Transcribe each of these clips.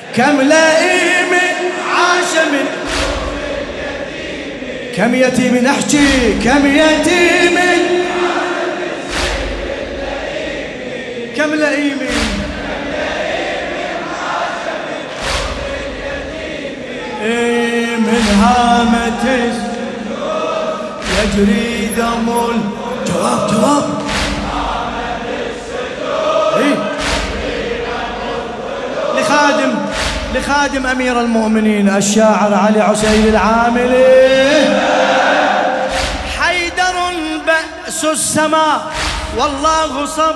كم لئيم عاش من كم يتيم نحكي كم يتيم كم لئيم من هامة يجري دم جواب لخادم أمير المؤمنين الشاعر علي عسيل العاملي. حيدر بأس السماء والله صب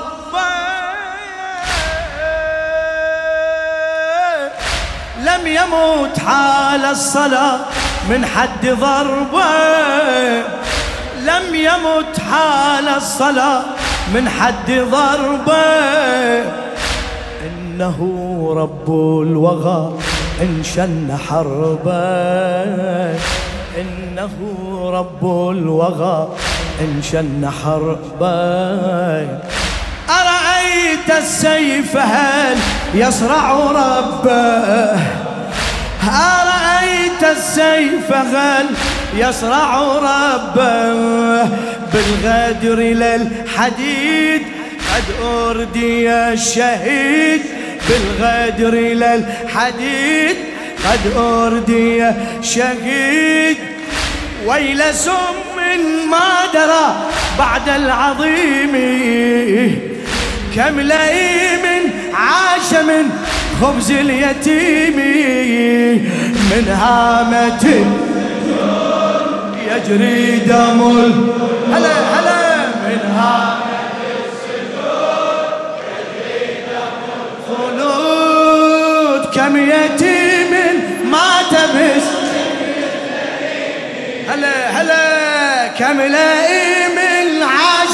لم يمت حال الصلاة من حد ضربه لم يمت حال الصلاة من حد ضربه إنه رب الوغى إن شن حربه إنه رب الوغى إن شن حربه. أرأيت السيف هل يصرع ربه أرأيت السيف هل يصرع ربه بالغدر للحديد قد أردي الشهيد بالغدر للحديد قد أردي شهيد. ويل سم ما درى بعد العظيم كم لئيم عاش من خبز اليتيم من هامة يجري دم هلا هلا من هامة كم يتيم مات بس هلا هلا كم لئيم عاش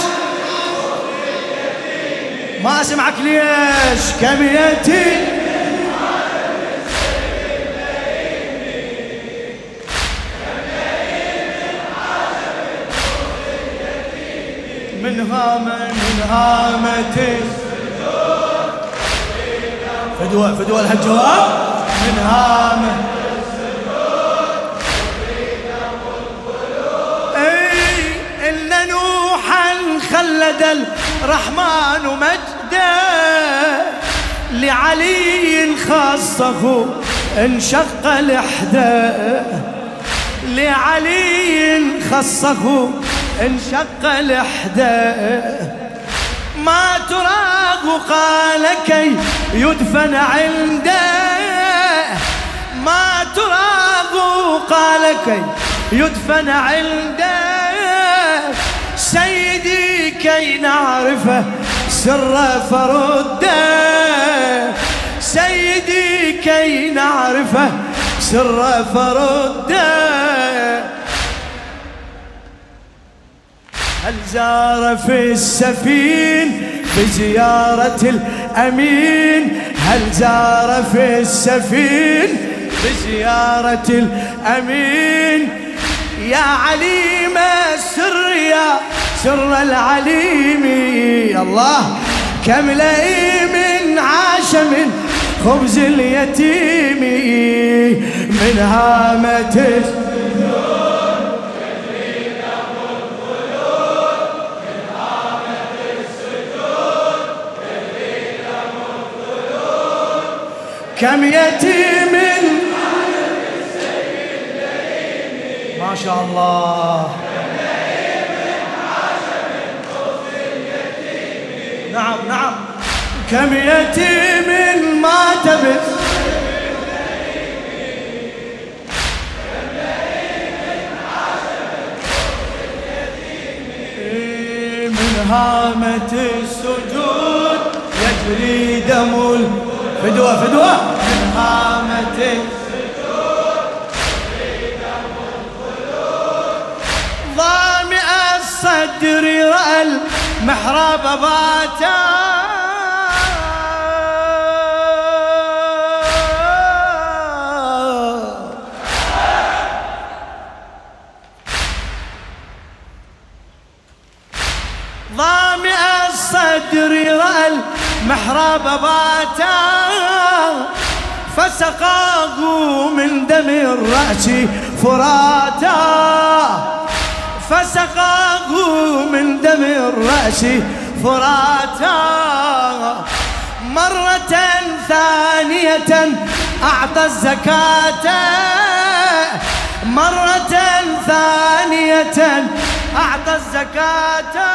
ما اسمعك ليش كم يتيم من هامة فدوى الهجواب من هامة إن نوحا خلد الرحمن مجده لعلي خاصه انشق لحده لعلي خصه انشق لحده. ما تراغ قال كي يدفن عنده ما تراغ قال كي يدفن عنده سيدي كي نعرفه سر فرده سيدي كي نعرفه سر فرده. هل زار في السفين بزيارة الأمين هل زار في السفين بزيارة الأمين يا عليم السر يا سر العليم. الله كم لئيم عاش من خبز اليتيم من هامة كم يتيم ما شاء الله نعم نعم كم يتيم مات من هامة السجود يجري دم فدوة من هامة السجود يجري دم ظامئ الصدر رأى المحراب باتا ظامئ الصدر رأى المحراب باتا فسقاه من دم الرأس فراتا، فسقاه من دم الرأس فراتا. مرة ثانية أعطى الزكاة، مرة ثانية أعطى الزكاة.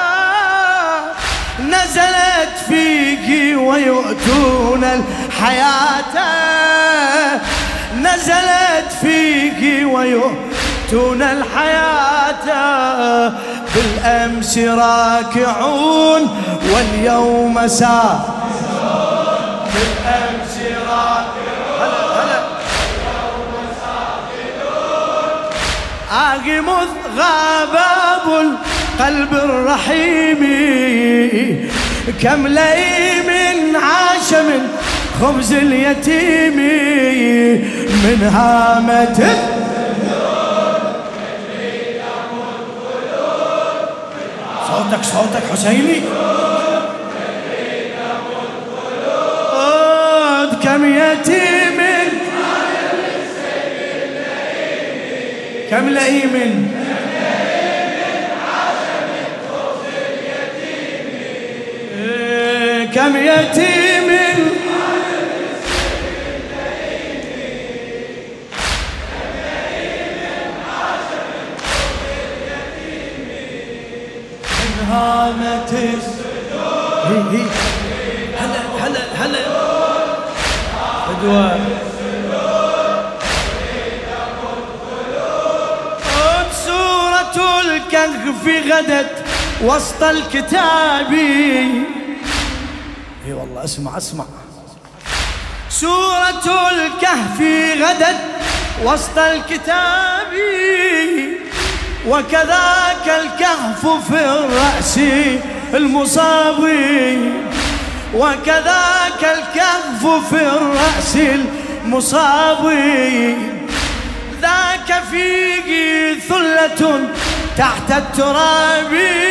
نزلت فيك ويؤتون الحياة، نزلت فيك ويؤتون الحياة. بالأمس راكعون واليوم ساجدون، بالأمس راكعون واليوم ساجدون. مذ غاب أبو القلب الرحيم، كم لئيم عاش من خبز اليتيم. من هامة صوتك صوتك حسيني. كم يتيم كم لئيم كم يتيم من هامة السجود. هلا هلا هلا فدوى. سورة الكهف غدت وسط الكتاب. اي والله اسمع اسمع. سورة الكهف غدت وسط الكتاب، وكذاك الكهف في الرأس المصاب، وكذاك الكهف في الرأس المصاب. ذاك فيه ثلة تحت التراب،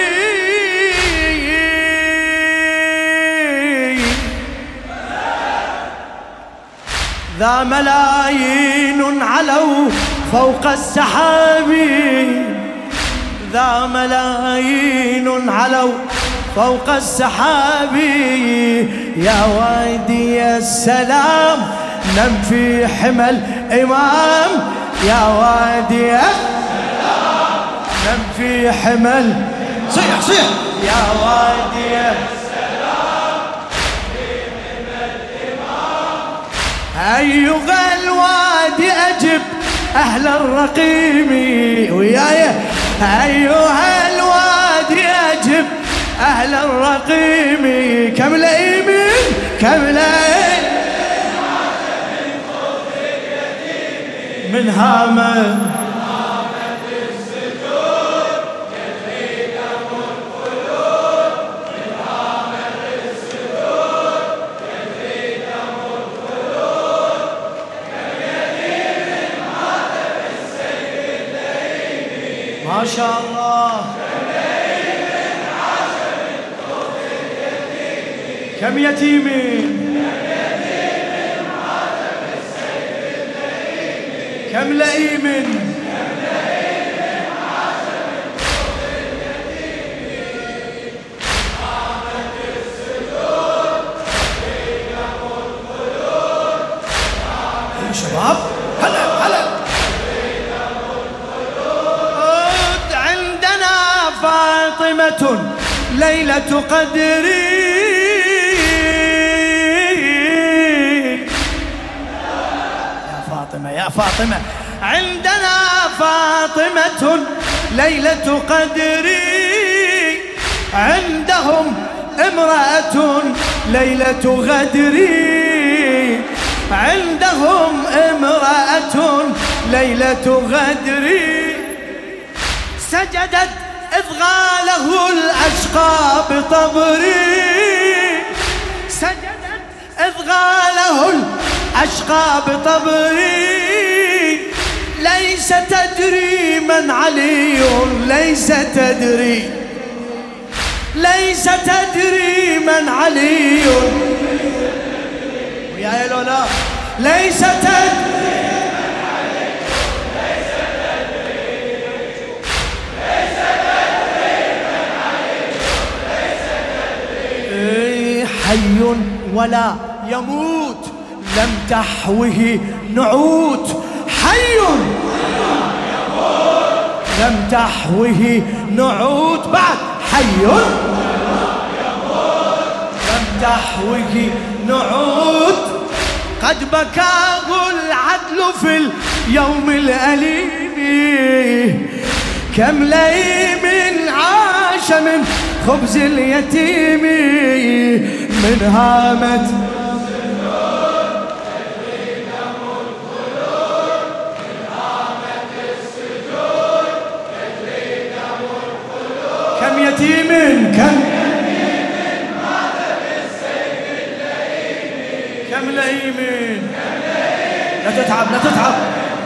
ذا ملايين علوا فوق السحاب، ذا ملايين علوا فوق السحاب. يا وادي السلام نم في حمى الإمام، يا وادي السلام نم في حمى. صيح صيح. يا وادي السلام في حمى الإمام. أيها الوادي أجب أهل الرقيم وياي، أيها الوادي أجب أهل الرقيم. كم لئيم كم لئيم من هامة السجود يجري دم القلوب، من هامة السجود يجري دم القلوب. كم يتيم مات بالسيف اللئيم، ما شاء الله. كم لئيم عاش من خوف اليتيم، كم يتيم كم لئيم عاش من خوف اليتيم. قامت السجود تجري دم القلوب. يا شباب هلا هلا. عندنا فاطمة ليلة قدري، يا فاطمة عندنا فاطمة ليلة قدري، عندهم امرأة ليلة غدري، عندهم امرأة ليلة غدري. سجدت إذ غاله الأشقى بطبري، سجدت إذ غاله الأشقى بطبري. ليس تدري من علي، ليس تدري، ليس تدري من علي. ويا لولا ليس تدري حي ولا يموت لم تحوه نعوت حي لم تحوه نعوت بعد حي لم تحوه نعوت قد بكاه العدل في اليوم الأليم كم لئيم عاش من خبز اليتيم من هامت كم يتيم مات بالسيف اللئيم كم لئيم لا تتعب لا تتعب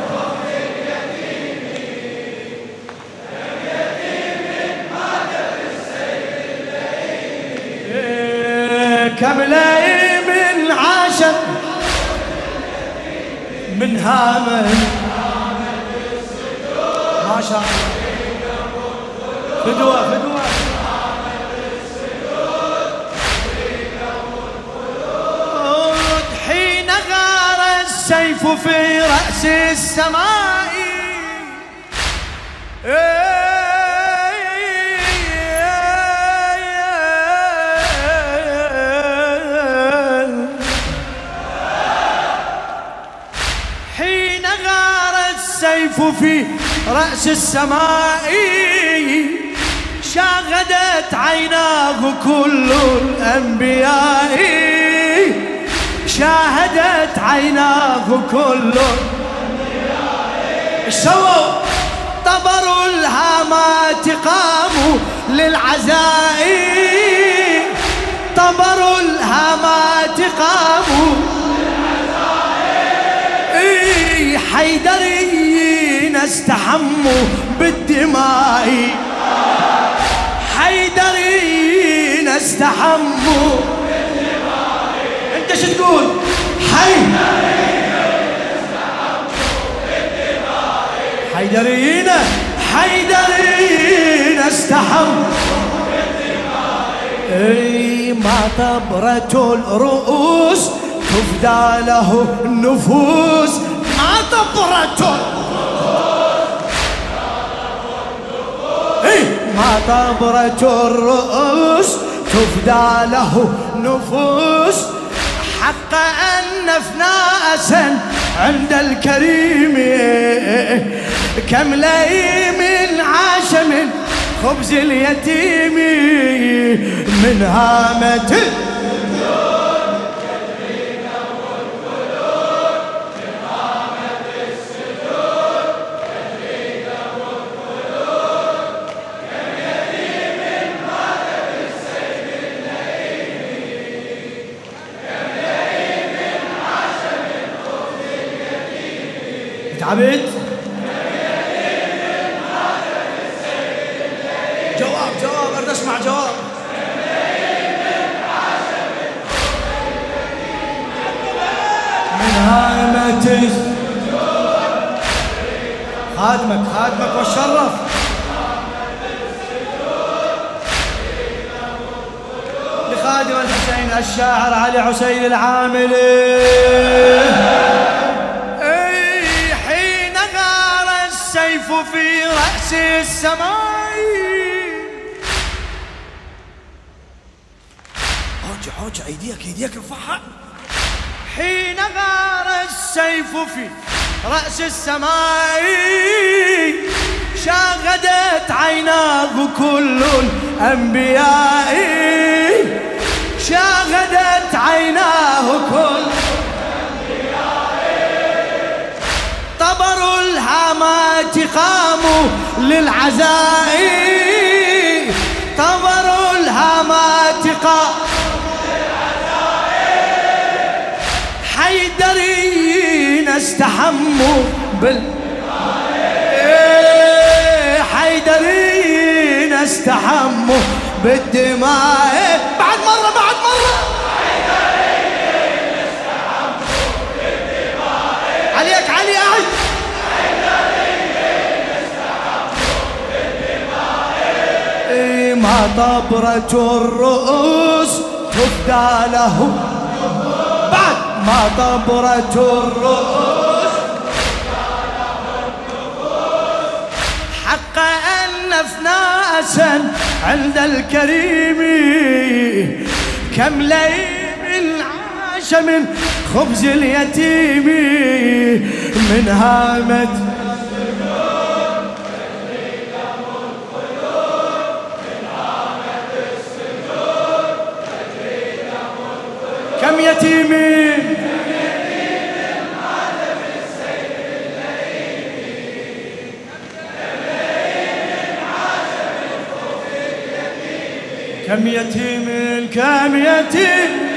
كم لئيم عاش من هامه ما شاء الله فدوة فدوة حين غار السيف في رأس السماء حين غار السيف في رأس السماء شاهدت عيناه كل الأنبياء شاهدت عيناه كل الأنبياء سووا طبروا الهامات قاموا للعزاء طبروا الهامات قاموا للعزاء حيدريين استحموا بالدماء حيدريين استحموا بالدماء انت شو تقول حيدريين استحموا بالدماء حيدريين استحموا بالدماء ما طبرة الرؤوس تفدى له النفوس ما طبرة ما طبرة الرؤوس تفدى له نفوس حق أن ناسا عند الكريم كم لئيم عاش من خبز اليتيم من هامة تعبت جواب اريد اسمع جواب من هامة خادمك والشرف لخادم الحسين الشاعر علي عسيل العاملي السيف في رأس السماء حوجة ايديك ارفعها حين غار السيف في رأس السماء شاهدت عيناه كل الأنبياء شاهدت عيناه كل طبروا الهامات قاموا للعزاء طبروا الهامات قاموا للعزاء حيدريين استحموا حيدريين استحموا بالدماء بعد مرة طبرة الرؤوس تفدى له، بعد ما طبرة الرؤوس حق أن أفناسا عند الكريم، كم ليم عاش من خبز اليتيم، من هامت كم يتيم كم يتيم كم يتيم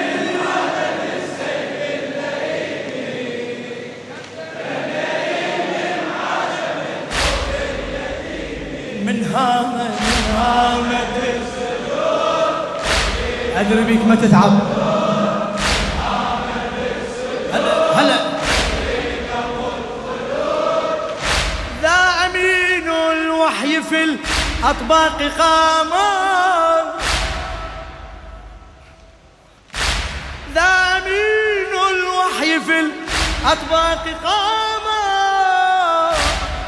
من هامة أدري بيك ما تتعب. هلا ذا أمين الوحي في الأطباق قامر، ذا أمين الوحي في الأطباق قامر،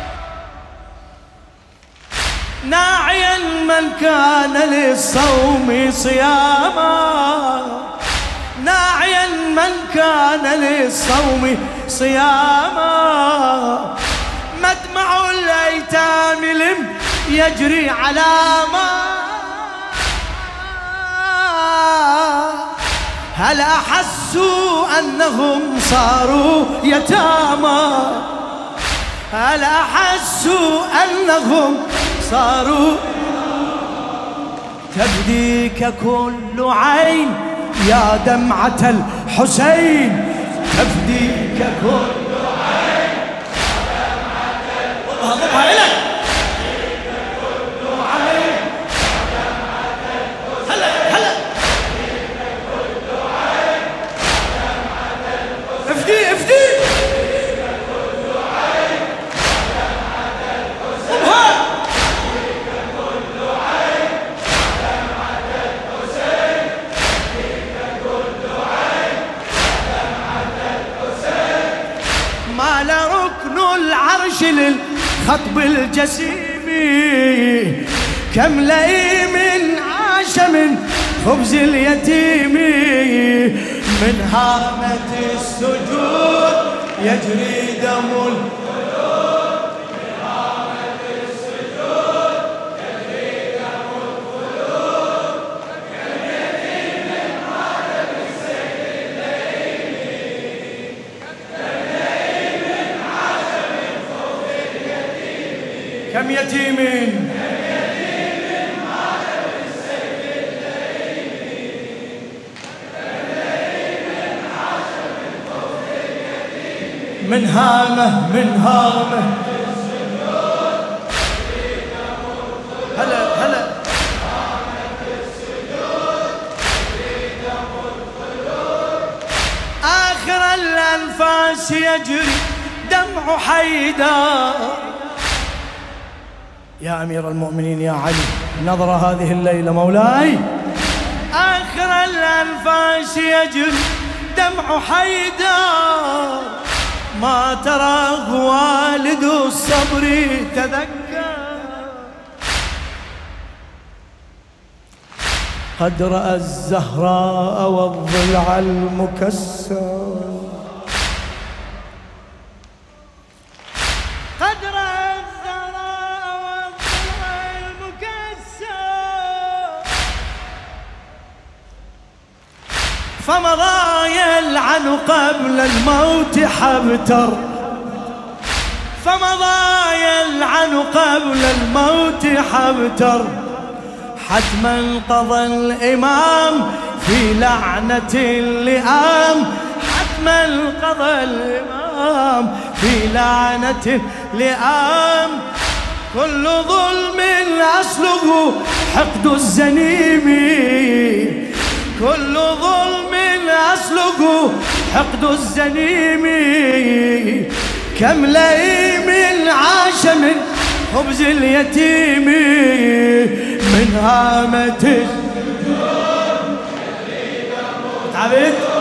ناعيا من كان للصوم صياما، ناعيا من كان للصوم صياما، مدمع الأيتام لم يجري على ما، هل أحسوا أنهم صاروا يتامى، هل أحسوا أنهم صاروا، تفديك كل عين يا دمعة الحسين، تفديك كل عين يا دمعة الحسين، اضربها إلك، تفديك كل عين يا دمعة الحسين، هلا هلا تفديك كل عين يا دمعة الحسين، افدي افدي تفديك كل عين يا دمعة الحسين، تفديك كل عين يا دمعة الحسين، تفديك كل عين يا دمعة الحسين، مال ركن العرش للخطب الجسيم، كم لئيم عاش من خبز اليتيم، من هامة السجود يجري دم القلوب، من هامة السجود يجري دم القلوب، كم يتيم مات بالسيف الليل، كم لئيم عاش من خبز اليتيم، كم يتيم مات بالسيف الليل، كم لئيم عاش من خبز اليتيم، من هامة هلا هلا آخر الأنفاس يجري دمع حيدر، يا أمير المؤمنين يا علي، نظرة هذه الليلة مولاي، آخر الأنفاس يجري دمع حيدر، ما تراه والد الصبر تذكر، قد رأى الزهراء والضلع المكسر، قد رأى الزهراء والضلع المكسر، فمضى يلعن قبل الموت حبتر، فمضى يلعن قبل الموت حبتر، حتما قضى الإمام في لعنة اللئام، حتما قضى الإمام في لعنة اللئام، كل ظلم أصله حقد الزنيم، كل ظلم أصله حقد الزنيم، كم لئيم عاش من خبز اليتيم، من هامة تعبت